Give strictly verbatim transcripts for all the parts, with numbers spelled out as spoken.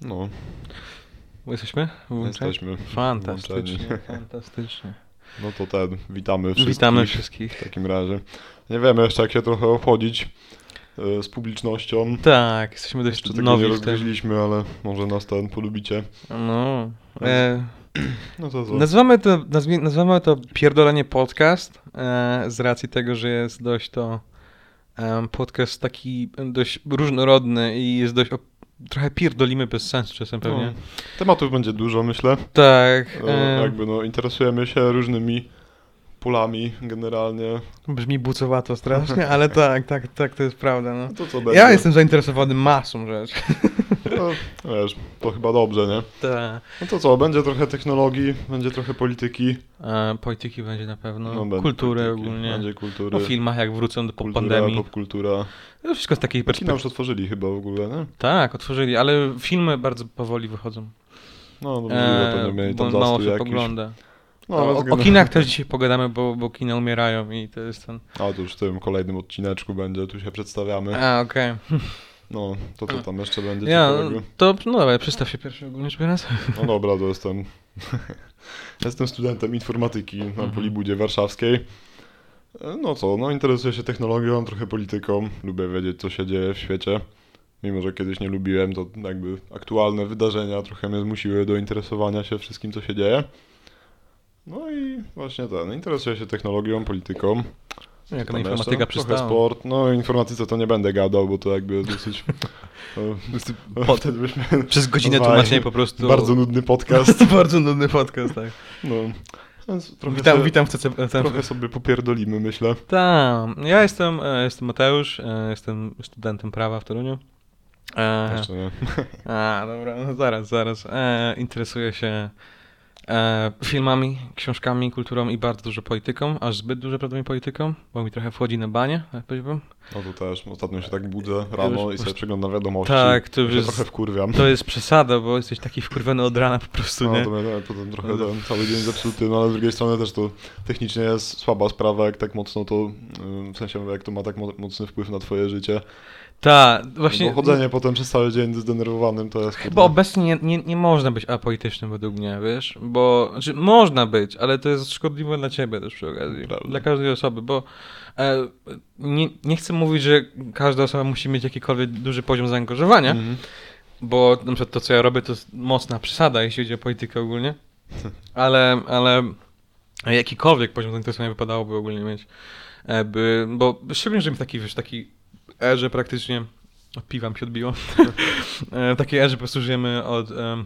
No, Jesteśmy? Włączeni? jesteśmy Fantastycznie, włączeni. fantastycznie. No to ten, witamy wszystkich. Witamy W wszystkich. takim razie. Nie wiemy jeszcze, jak się trochę obchodzić e, z publicznością. Tak, jesteśmy dość Jeszcze tego nowi nie w tym. rozgryźliśmy, ale może nas ten polubicie. No. E, No to co? nazywamy, to, nazwie, nazywamy to Pierdolenie Podcast e, z racji tego, że jest dość to e, podcast taki dość różnorodny i jest dość... Op- trochę pierdolimy bez sensu czasem pewnie. No, tematów będzie dużo, myślę. Tak. E, E, jakby no, interesujemy się różnymi polami generalnie. brzmi bucowato strasznie, ale tak, tak, tak, to jest prawda. No. No to co będzie? Ja jestem zainteresowany masą rzeczy. No, wiesz, to chyba dobrze, nie? Tak. No to co, będzie trochę technologii, będzie trochę polityki. E, polityki będzie na pewno, No, będzie kultury polityki, ogólnie. Będzie kultury. O filmach, jak wrócą do po kultura, pandemii. popkultura. To wszystko z takiej Kina perspektywy. już otworzyli chyba w ogóle, nie? Tak, otworzyli, ale filmy bardzo powoli wychodzą. No, no możliwe, pewnie mieli bo tam mało zastój się jakiś. pogląda. No, o, ale o, zgadza- o kinach też dzisiaj pogadamy, bo, bo kina umierają i to jest ten... A to już w tym kolejnym odcineczku będzie, tu się przedstawiamy. A, okej. No, to co tam jeszcze będzie Ja, ciekawego? to no dobra, przedstaw się pierwszy ogólnie rzecz biorąc. No dobra, to jestem... jestem studentem informatyki na Mhm. Polibudzie Warszawskiej. No co, no interesuję się technologią, trochę polityką. Lubię wiedzieć, co się dzieje w świecie. Mimo, że kiedyś nie lubiłem, to jakby aktualne wydarzenia trochę mnie zmusiły do interesowania się wszystkim, co się dzieje. No i właśnie ten, interesuję się technologią, polityką. Jaka Tam na informatyka jeszcze? Trochę przystała. sport. No o informatyce to nie będę gadał, bo to jakby jest dosyć... no, Pod- wtedy byśmy Przez godzinę nazwali tłumaczenia po prostu... bardzo nudny podcast. bardzo nudny podcast, tak. No, więc trochę, Witam, sobie, witam w C C... trochę sobie popierdolimy, myślę. Tak, ja jestem, e, jestem Mateusz, e, jestem studentem prawa w Toruniu. E, Jeszcze nie. a, dobra, no zaraz, zaraz. E, interesuję się e, filmami, książkami, kulturą i bardzo dużo polityką, aż zbyt dużo prawdopodobnie polityką, bo mi trochę wchodzi na banie, tak powiedziałbym. No to też, ostatnio się tak budzę rano i sobie przeglądam wiadomości. Tak, to i już się jest- trochę wkurwiam. To jest przesada, bo jesteś taki wkurwiony od rana po prostu, No nie? to mnie to potem trochę ten cały dzień zepsuty, no ale z drugiej strony też to technicznie jest słaba sprawa, jak tak mocno to, yy, w sensie jak to ma tak mo- mocny wpływ na twoje życie. Tak, Właśnie... właśnie... Bo chodzenie potem przez cały dzień zdenerwowanym to jest... Chyba obecnie nie, nie, nie można być apolitycznym według mnie, wiesz, bo, znaczy można być, ale to jest szkodliwe dla ciebie też przy okazji, Prawda. dla każdej osoby, bo e, nie, nie chcę mówić, że każda osoba musi mieć jakikolwiek duży poziom zaangażowania, Mhm. bo na przykład to, co ja robię, to jest mocna przesada, jeśli chodzi o politykę ogólnie, ale, ale jakikolwiek poziom zainteresowania wypadałoby ogólnie mieć, e, by, bo szczególnie, że w takiej, wiesz, takiej erze praktycznie, o, piwa mi się odbiło, E, w takiej erze po prostu żyjemy od, em,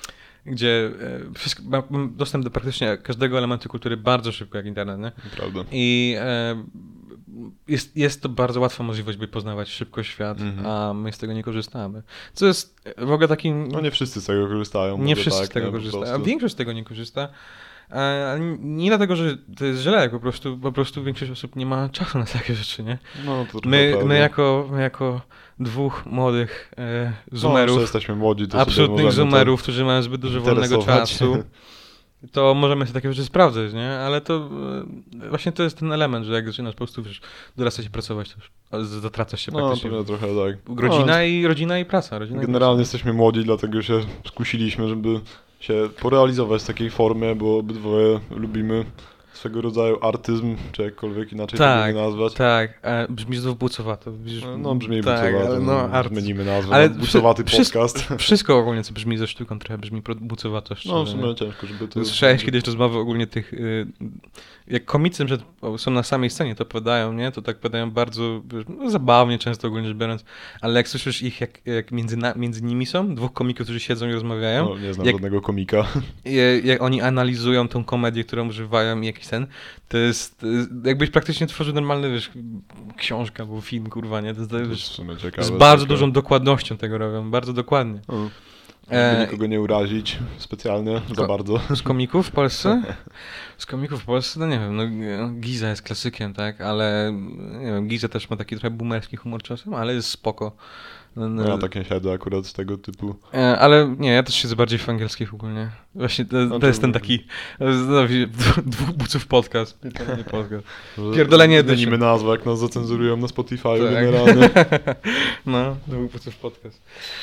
gdzie e, wszystko, ma- mam dostęp do praktycznie każdego elementu kultury bardzo szybko jak internet, nie? Prawda. I e, jest, jest to bardzo łatwa możliwość, by poznawać szybko świat, Mhm. a my z tego nie korzystamy. Co jest w ogóle takim... No nie wszyscy z tego korzystają. nie może wszyscy tak, z tego nie, po korzystają, a prostu. większość z tego nie korzysta. E, nie dlatego, że to jest źle, po prostu, po prostu większość osób nie ma czasu na takie rzeczy, nie? No to trochę My, prawda. my, jako, my jako dwóch młodych e, No, zoomerów, że jesteśmy młodzi, to sobie absolutnych możemy zoomerów, którzy mają zbyt dużo wolnego interesować. czasu, to możemy sobie takie rzeczy sprawdzać, nie? Ale to e, właśnie to jest ten element, że jak zaczynasz po prostu wiesz, dorastać i pracować, to już zatracasz się No, praktycznie. to trochę tak. Rodzina No, i rodzina i praca. Rodzina generalnie i jesteśmy młodzi, dlatego się skusiliśmy, żeby się porealizować w takiej formie, bo obydwoje lubimy swego rodzaju artyzm, czy jakkolwiek inaczej Tak, to nazwać. tak, e, brzmi znów bucowato. Widzisz, No, no brzmi tak, bucowato, ale no, no, artyzm. zmienimy nazwę, Ale ale bucowaty wszy- podcast. Wszystko ogólnie, co brzmi ze sztuką, trochę brzmi pro- bucowato. No w szczerze, nie? sumie ciężko, żeby to... Słyszałeś kiedyś rozmowy ogólnie tych, y, jak komicy że są na samej scenie, to podają, nie? To tak podają bardzo wiesz, no, zabawnie często ogólnie rzecz biorąc, ale jak słyszysz ich, jak, jak między, na, między nimi są, dwóch komików, którzy siedzą i rozmawiają, No, nie znam jak- żadnego komika. jak, jak oni analizują tą komedię, którą używają i jakiś ten, to jest, to jest jakbyś praktycznie tworzył normalny, wiesz, książka albo film, kurwa, nie? To jest, To jest w wiesz, sumie ciekawe. z bardzo taka- dużą dokładnością tego robią, bardzo dokładnie. No, E, żeby nikogo nie urazić specjalnie, za ko- bardzo. Z komików w Polsce? Z komików w Polsce? No nie wiem, no Giza jest klasykiem, tak, ale nie wiem, Giza też ma taki trochę boomerski humor czasem, ale jest spoko. No, no, No, ja tak nie siedzę akurat z tego typu. e, ale nie, ja też siedzę bardziej w angielskich ogólnie. Właśnie to, to Znaczy- jest ten taki no, dwóch buców podcast. Pierdolenie podcast. Że Pierdolenie zmienimy edition. nazwę, jak nas zacenzurują na Spotify'u Tak. generalnie. No, dwóch buców podcast.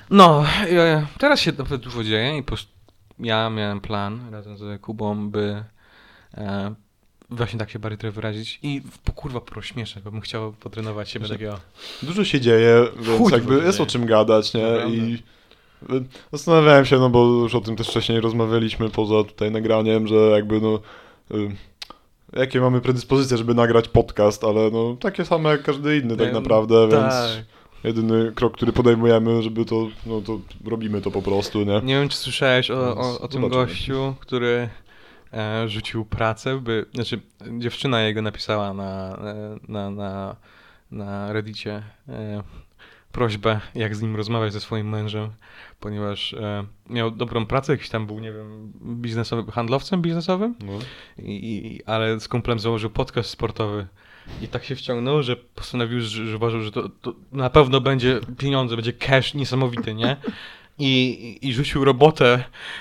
No, e, teraz się naprawdę dużo dzieje i po, prostu ja miałem plan razem z Kubą, by e, właśnie tak się bardziej trochę wyrazić i po kurwa prośmieszek, bo bym chciał potrenować siebie takiego. Dużo się dzieje, więc Chuj jakby dużo jest dzieje. o czym gadać, nie? Naprawdę. I y, zastanawiałem się, no bo już o tym też wcześniej rozmawialiśmy poza tutaj nagraniem, że jakby no y, jakie mamy predyspozycje, żeby nagrać podcast, ale no takie same jak każdy inny tak Em, naprawdę, więc tak. jedyny krok, który podejmujemy, żeby to, no to robimy to po prostu, nie? Nie wiem, czy słyszałeś o, o, o tym Zobaczymy. gościu, który e, rzucił pracę, by, znaczy dziewczyna jego napisała na, e, na, na, na Reddicie e, prośbę, jak z nim rozmawiać ze swoim mężem, ponieważ e, miał dobrą pracę, jakiś tam był, nie wiem, biznesowym, handlowcem biznesowym, No. i, i, ale z kumplem założył podcast sportowy. I tak się wciągnął, że postanowił, że, że uważał, że to, to na pewno będzie pieniądze, będzie cash niesamowity, nie? I, i rzucił robotę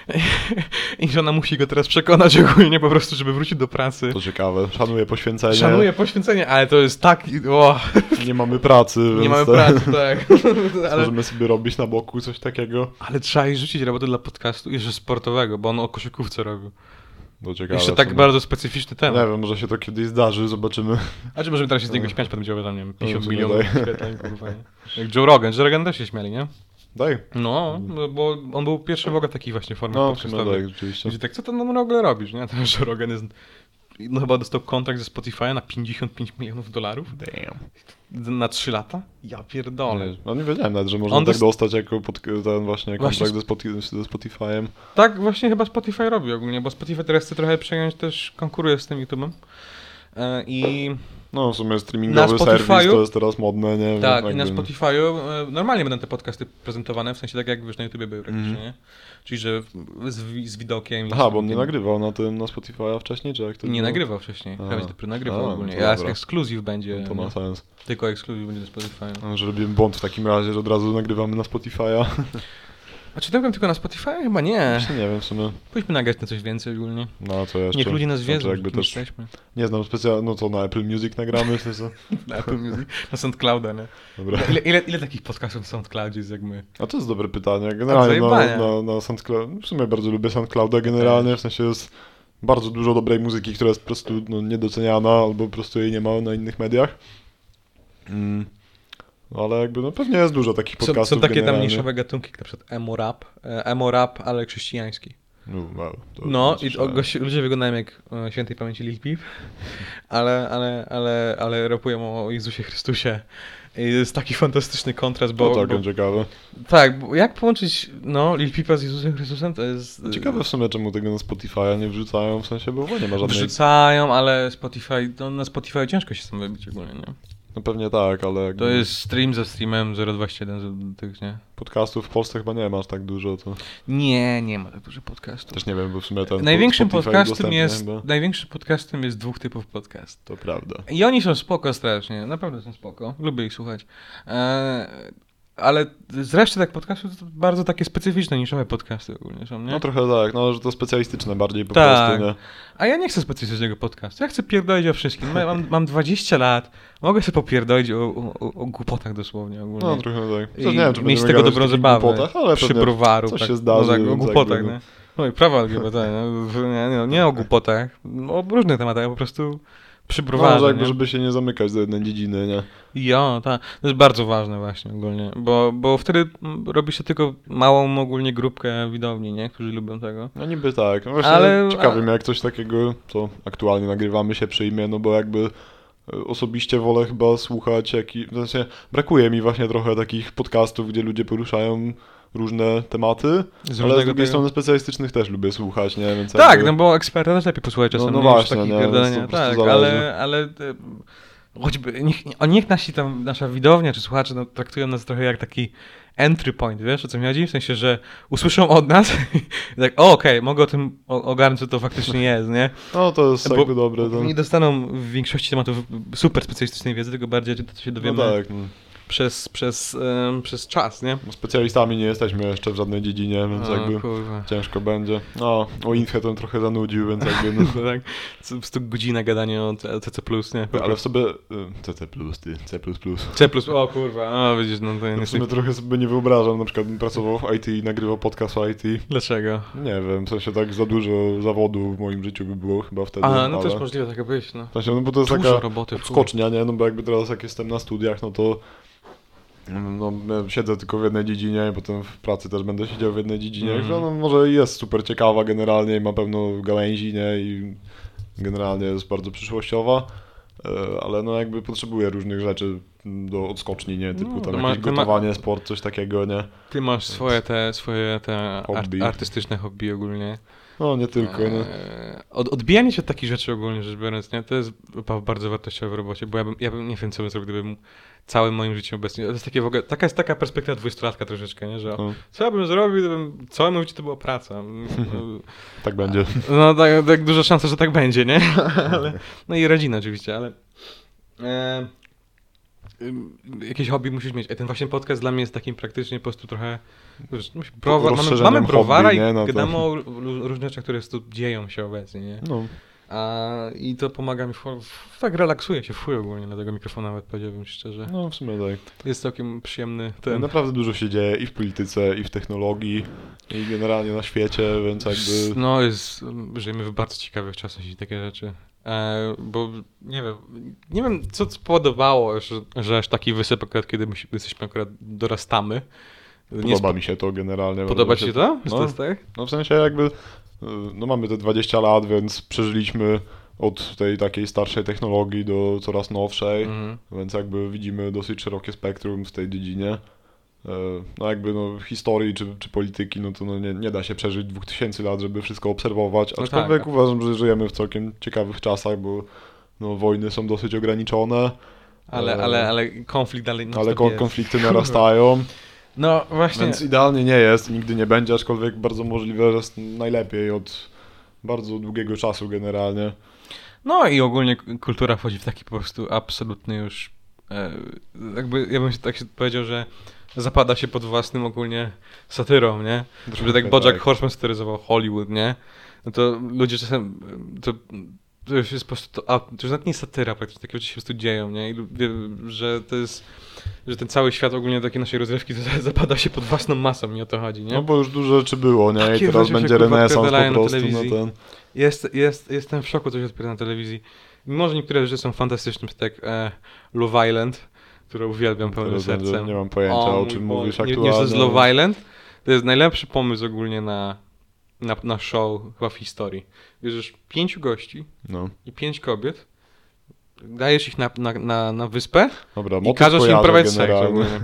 i żona musi go teraz przekonać ogólnie po prostu, żeby wrócić do pracy. To ciekawe, szanuję poświęcenie, Szanuję poświęcenie, ale to jest tak... O, nie mamy pracy, nie więc mamy to- pracy, tak. ale, możemy sobie robić na boku coś takiego. ale trzeba jej rzucić robotę dla podcastu, jeszcze sportowego, bo on o koszykówce robił. To ciekawe. Jeszcze w tak sumie. bardzo specyficzny temat. Nie wiem, może się to kiedyś zdarzy, zobaczymy. A czy możemy teraz się z niego śmiać, potem będzie tam, nie wiem, pięćdziesiąt w sumie milionów tak. świetlań, kurwa, nie? Jak Joe Rogan, Joe Rogan też się śmiali, nie? Daj. No, bo on był pierwszy w ogóle takiej właśnie formie No, w sumie podcastowej. tak, rzeczywiście. Gdzie tak, co tam w ogóle robisz, nie? Ten Joe Rogan jest... No chyba dostał kontrakt ze Spotify'a na pięćdziesiąt pięć milionów dolarów Damn. na trzy lata. Ja pierdolę. No nie wiedziałem nawet, że można On tak dost- dostać jako pod, ten właśnie Właśnie kontrakt ze, Spotify, ze Spotify'em. Tak właśnie chyba Spotify robi ogólnie, bo Spotify teraz chce trochę przejąć też, konkuruje z tym YouTube'em. E, I No w sumie streamingowy Na serwis Spotify'u- to jest teraz modne, nie? tak, Jakby, i na Spotify'u e, normalnie będą te podcasty prezentowane, w sensie tak jak wiesz na YouTubie były praktycznie, Mhm. nie? Czyli że z, wi- z widokiem. i Aha, z bo on nie tym- nagrywał na tym, na Spotify'a wcześniej, czy jak to Nie było? nagrywał wcześniej. A. Prawie dopiero nagrywał A, ogólnie. no to A dobra. ekskluzyw będzie. To ma sens. Tylko ekskluzyw będzie do Spotify. No, że robimy błąd w takim razie, że od razu nagrywamy na Spotify'a. A czy nagram tylko na Spotify? Chyba nie. Właśnie nie wiem w sumie. Pójdźmy nagrać na coś więcej ogólnie. No co jeszcze? Niech ludzie nas Znaczy, wiedzą, jakby kim też jesteśmy. nie znam specjalnie, no co na Apple Music nagramy, czy co? Na Apple Music. Na SoundClouda, nie? Dobra. Ile, ile, ile takich podcastów na SoundCloudzie jest jak my? A to jest dobre pytanie. Generalnie na, zajebania. na, na SoundCloud, w sumie bardzo lubię SoundClouda generalnie, w sensie jest bardzo dużo dobrej muzyki, która jest po prostu no, niedoceniana albo po prostu jej nie ma na innych mediach. Mm. Ale jakby no pewnie jest dużo takich Są, podcastów są takie tam generalnie. niszowe gatunki, jak na przykład emo rap. E, Emo rap, ale chrześcijański. No, wow, to No nie i to, słyszałem. gości, ludzie wyglądają jak e, świętej pamięci Lil Peep, ale, ale, ale, ale rapują o Jezusie Chrystusie. I jest taki fantastyczny kontrast, bo... No tak, bo ciekawe. tak, bo jak połączyć no, Lil Peepa z Jezusem Chrystusem, to jest... Ciekawe w sumie, czemu tego na Spotify'a nie wrzucają, w sensie, bo nie ma żadnej... Wrzucają, ale Spotify, no, na Spotify ciężko się sam wybić ogólnie, nie? No pewnie tak, ale jakby To jest stream za streamem zero przecinek dwadzieścia jeden z tych, nie? podcastów w Polsce chyba nie ma aż tak dużo, to Nie, nie ma tak dużo podcastów. też nie wiem, bo w sumie ten Największym Spotify podcastem udostępnia jest, chyba. największym podcastem jest dwóch typów podcast. To prawda. I oni są spoko strasznie, naprawdę są spoko, lubię ich słuchać. Eee, ale z reszty tak podcastów to bardzo takie specyficzne, niszowe podcasty ogólnie są, nie? No trochę tak, no że to specjalistyczne bardziej po Tak. prostu, nie? A ja nie chcę specjalistycznego podcastu, ja chcę pierdolić o wszystkim. Ja Mam, mam dwadzieścia lat, mogę sobie popierdolić o, o, o, o głupotach dosłownie ogólnie. No trochę tak. I Zresztą nie wiem, czy mieć z będziemy tego gadać o dobrą takich zabawę. głupotach, ale Przy pewnie browaru. coś tak, się zdarzy, No, tak, o więc głupotach, jakby, nie? No i prawa L G B T, no, nie, nie, nie o głupotach, o różnych tematach, po prostu przy No, browarze, że jakby, nie? żeby się nie zamykać do jednej dziedziny, nie? Ja, tak. To jest bardzo ważne właśnie ogólnie, bo, bo wtedy mm, robi się tylko małą ogólnie grupkę widowni, nie? Którzy lubią tego. No niby tak. No właśnie Ale- ciekawe a- mnie jak coś takiego, co aktualnie nagrywamy, się przyjmie, no bo jakby e, osobiście wolę chyba słuchać, jaki, w sensie brakuje mi właśnie trochę takich podcastów, gdzie ludzie poruszają różne tematy, Z ale z różnego drugiej tego- strony specjalistycznych też lubię słuchać, nie? Więc Tak, jakby, no bo eksperta też lepiej posłuchać No- czasem no niż właśnie, takich nie, pierdolenia. więc to po prostu Tak, zależy. ale, ale e, choćby, niech, niech nasi tam, nasza widownia czy słuchacze no, traktują nas trochę jak taki entry point, wiesz o co mi chodzi? W sensie, że usłyszą od nas i tak, o okej, mogę o tym o- ogarnąć, co to faktycznie jest, nie? no to jest Bo jakby dobre. To... Nie dostaną w większości tematów super specjalistycznej wiedzy, tylko bardziej to, co się No dowiemy tak, no. przez, przez, um, przez czas, nie? No, specjalistami nie jesteśmy jeszcze w żadnej dziedzinie, więc O, jakby kurwa. ciężko będzie. No, o infie to trochę zanudził, więc jakby no. No tak, po prostu godzina gadania o C C plus, nie? Ale w sobie y, C C plus, ty, C plus plus. C plus, o kurwa, o widzisz, no to W jest... sumie trochę sobie nie wyobrażam, na przykład bym pracował w I T i nagrywał podcast o I T. Dlaczego? Nie wiem, w sensie tak za dużo zawodu w moim życiu by było chyba wtedy. A, no ale... też możliwe tak być, no. W sensie, no bo to jest Dużo taka roboty, odskocznia, nie? No bo jakby teraz jak jestem na studiach, no to no, ja siedzę tylko w jednej dziedzinie i potem w pracy też będę siedział w jednej dziedzinie, Mhm. która no, może jest super ciekawa generalnie i ma pełno gałęzi, nie? I generalnie jest bardzo przyszłościowa, e, ale no jakby potrzebuję różnych rzeczy do odskoczni, nie? Typu No, tam to ma- jakieś to ma- gotowanie, sport, coś takiego, nie? Ty masz swoje te, swoje te Hobby. art, artystyczne hobby ogólnie. No nie tylko, nie? Eee, Od, odbijanie się od takich rzeczy ogólnie rzecz biorąc, nie? To jest ba- bardzo wartościowe w robocie, bo ja bym, ja bym nie wiem, co bym zrobił, gdybym całym moim życiem obecnie... To jest takie w ogóle, taka jest taka perspektywa dwudziestolatka troszeczkę, nie? Że No, co ja bym zrobił, gdybym całe moje życie to była praca. tak będzie. No tak, tak duża szansa, że tak będzie, nie? Ale, no i rodzina oczywiście, ale... E, ym, jakieś hobby musisz mieć. E, ten właśnie podcast dla mnie jest takim praktycznie po prostu trochę... Wiesz, browar, mamy, rozszerzeniem mamy browara hobby, nie? No i to- gadamy o ró- różnych rzeczach, które tu dzieją się obecnie, nie? No. A, I to pomaga mi, w, w, tak relaksuje się w chuj ogólnie na tego mikrofonu, nawet powiedziałbym szczerze. No w sumie tak. Jest całkiem przyjemny Ten... ten... Naprawdę dużo się dzieje i w polityce, i w technologii, i generalnie na świecie, więc jakby... No, jest, żyjemy w bardzo ciekawych czasach, jeśli takie rzeczy. E, bo nie wiem, nie wiem co spowodowało, że, że aż taki wysyp akurat, kiedy my się- jesteśmy akurat dorastamy. Nie Podoba spo- mi się to generalnie. Podoba bardzo ci się się- to? No. To jest tak? No w sensie jakby, y, no mamy te dwadzieścia lat, więc przeżyliśmy od tej takiej starszej technologii do coraz nowszej, Mhm. więc jakby widzimy dosyć szerokie spektrum w tej dziedzinie. E, No jakby no historii czy, czy polityki, no to no nie, nie da się przeżyć dwóch tysięcy lat, żeby wszystko obserwować, No aczkolwiek tak. uważam, że żyjemy w całkiem ciekawych czasach, bo no, wojny są dosyć ograniczone, Ale, e, ale, ale konflikt dalej non ale stop kon- jest. konflikty narastają. No właśnie. Więc idealnie nie jest, nigdy nie będzie, aczkolwiek bardzo możliwe, że jest najlepiej od bardzo długiego czasu generalnie. No i ogólnie k- kultura wchodzi w taki po prostu absolutny już, e, jakby ja bym się tak się powiedział, że zapada się pod własnym ogólnie satyrą, nie? Że tak Bojack Horseman satyryzował Hollywood, nie? No to ludzie czasem, to, to już jest po prostu, to, a, to już nawet nie satyra praktycznie, takie rzeczy się po prostu dzieją, nie? I lu- wie, że to jest, że ten cały świat ogólnie takiej naszej rozrywki to zapada się pod własną masą, mi o to chodzi, nie? No bo już dużo rzeczy było, nie? Takie I teraz rzeczy się, będzie kurwa, renesans odpierdalają po na prostu na telewizji. ten... Jest, jest, jestem w szoku, co się odpiera na telewizji. Mimo, że niektóre rzeczy są fantastyczne, tak jak e, Love Island, które uwielbiam pełnym Teraz będzie- sercem. nie mam pojęcia, o mój czym Boże. mówisz Nie, nie, aktualnie. że to jest Love Island? To jest najlepszy pomysł ogólnie na, na, na show chyba w historii. Bierzesz pięciu gości No. i pięć kobiet, dajesz ich na, na, na, na wyspę Dobra, i motyw każesz im kojarzę uprawiać seks generalnie. ogólnie.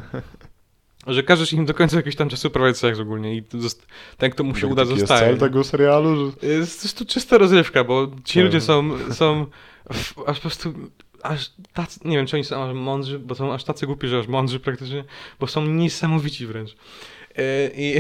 Że każesz im do końca jakiegoś tam czasu uprawiać seks ogólnie i to zost- ten, kto mu się Taki uda, jest zostaje. cel tego serialu, że... Jest, jest to czysta rozrywka, bo ci Tak. ludzie są, są w, aż po prostu, aż tacy, nie wiem czy oni są aż mądrzy, bo są aż tacy głupi, że aż mądrzy praktycznie, bo są niesamowici wręcz. Yy, I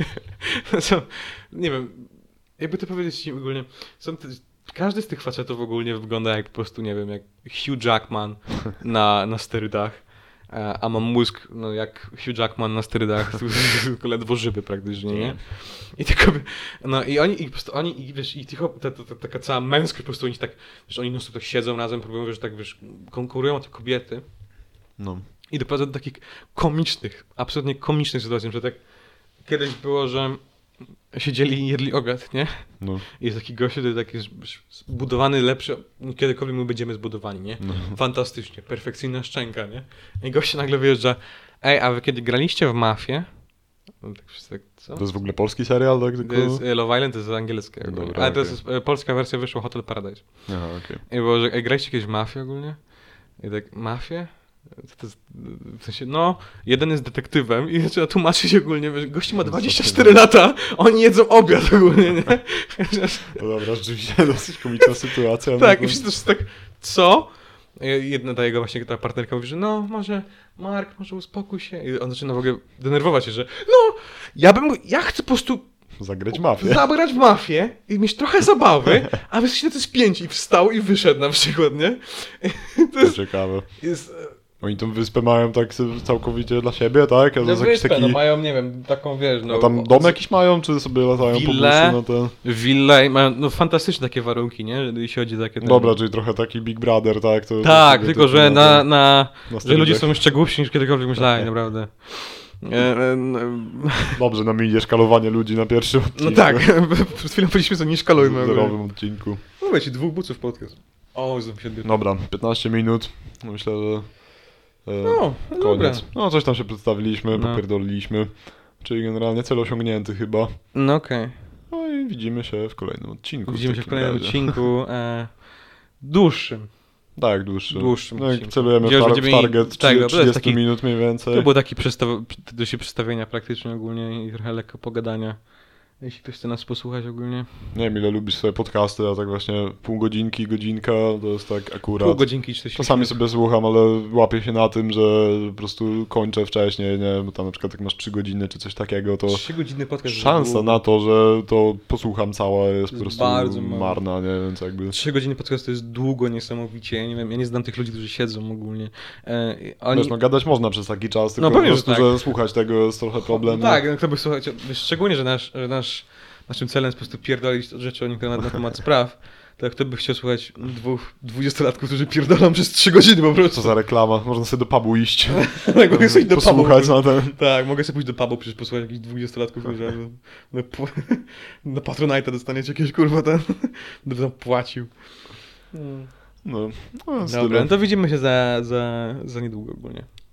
są, nie wiem, jakby to powiedzieć ci ogólnie, są te, każdy z tych facetów ogólnie wygląda jak po prostu, nie wiem, jak Hugh Jackman na, na sterydach. A a mam mózg, no jak Hugh Jackman na sterydach, tylko ledwo żywy praktycznie, nie? I tylko, no i oni, i po prostu oni, i wiesz, i tylko ta, ta, ta, taka cała męskość, po prostu oni tak, wiesz, oni no tak siedzą razem, próbują, że tak, wiesz, konkurują o te kobiety No. i doprowadza do takich komicznych, absolutnie komicznych sytuacji, że tak kiedyś było, że siedzieli i jedli obiad, nie? No. I jest taki gościu, który taki jest zbudowany lepszy, niż kiedykolwiek my będziemy zbudowani, nie? No. Fantastycznie, perfekcyjna szczęka, nie? I gościu nagle wyjeżdża, ej, a wy kiedy graliście w Mafię? No tak wszyscy tak, co? To jest w ogóle polski serial, tak? Tylko... To jest, e, Love Island to jest angielskie ogólnie. Dobra, Ale to okej. jest e, polska wersja, wyszła Hotel Paradise. Aha, okej. I było, że ej, graliście kiedyś w Mafię ogólnie? I tak, Mafię? Co to jest, w sensie, no, jeden jest detektywem i trzeba tłumaczyć ogólnie, wiesz, gościu ma dwadzieścia cztery lata, oni jedzą obiad ogólnie, nie? No dobra, rzeczywiście dosyć komiczna sytuacja. Tak, i no, wszyscy wszyscy tak, co? I jedna ta jego właśnie ta partnerka mówi, że no, może Mark, może uspokój się. I on zaczyna w ogóle denerwować się, że no, ja bym, ja chcę po prostu Zagrać mafię. zabrać w mafię i mieć trochę zabawy, a wy jesteście tacy spięci. I wstał i wyszedł na przykład, nie? I to To jest, ciekawe. jest Oni tą wyspę mają tak całkowicie dla siebie, tak? A to No jest jakiś wyspę, taki... no mają, nie wiem, taką, wiesz, no... A tam dom jakiś mają, czy sobie latają po Wille, busy na te... Wille, mają no, fantastyczne takie warunki, nie? Jeśli chodzi o takie... Dobra, czyli trochę taki Big Brother, tak? To, Tak, to tylko że na, na, na że ludzie sterydach. są jeszcze głupsi niż kiedykolwiek myślałem, naprawdę. E, e, no, Dobrze, nam idzie szkalowanie ludzi na pierwszym odcinku. no tak, przed chwilą powiedzieliśmy, że nie szkalujmy. W zerowym odcinku. Mówię ci, dwóch buców podcast. O, znam się odbiór. Dobra, piętnaście minut. Myślę, że e, No, no dobra. koniec. No, coś tam się przedstawiliśmy, No. popierdoliliśmy. Czyli generalnie cel osiągnięty chyba. No okej. No i widzimy się w kolejnym odcinku. Widzimy się w takim kolejnym razie. odcinku. E, dłuższym. Tak, dłuższy. Dłuższym No i odcinku. celujemy w, Gdzie już tar- będziemy w mieli- target tak, no, to trzydzieści jest taki- minut mniej więcej. To był taki przestaw... do się przedstawienia praktycznie ogólnie i trochę lekko pogadania. Jeśli ktoś chce nas posłuchać ogólnie. Nie wiem, ile lubisz swoje podcasty, a tak właśnie pół godzinki, godzinka, to jest tak akurat. Pół godzinki czterdzieści Czasami minut. sobie słucham, ale łapię się na tym, że po prostu kończę wcześniej, nie? Bo tam na przykład jak masz trzy godziny czy coś takiego, to Trzy godziny podcast. szansa to na to, że to posłucham cała jest po jest prostu bardzo mało. marna, nie? Więc jakby... Trzy godziny podcast to jest długo niesamowicie. Ja nie wiem, ja nie znam tych ludzi, którzy siedzą ogólnie. E, oni... Wiesz, no gadać można przez taki czas, tylko pewnie, po że prostu, tak. że słuchać tego jest trochę problem. No tak, no kto by słuchać, wiesz, szczególnie, że nasz, że nasz, naszym celem jest po prostu pierdolić rzeczy o nich na, na temat spraw, to kto by chciał słuchać dwóch dwudziestolatków, którzy pierdolą przez trzy godziny po prostu. Co za reklama, można sobie do pubu iść, Tak, mogę sobie do pubu. posłuchać na ten... Tak, mogę sobie pójść do pubu, przecież posłuchać jakichś dwudziestolatków, którzy na, na Patronite'a dostaniecie jakiegoś kurwa ten, będę tam płacił. No, no, jest Dobra, tyle. no to widzimy się za, za, za niedługo ogólnie.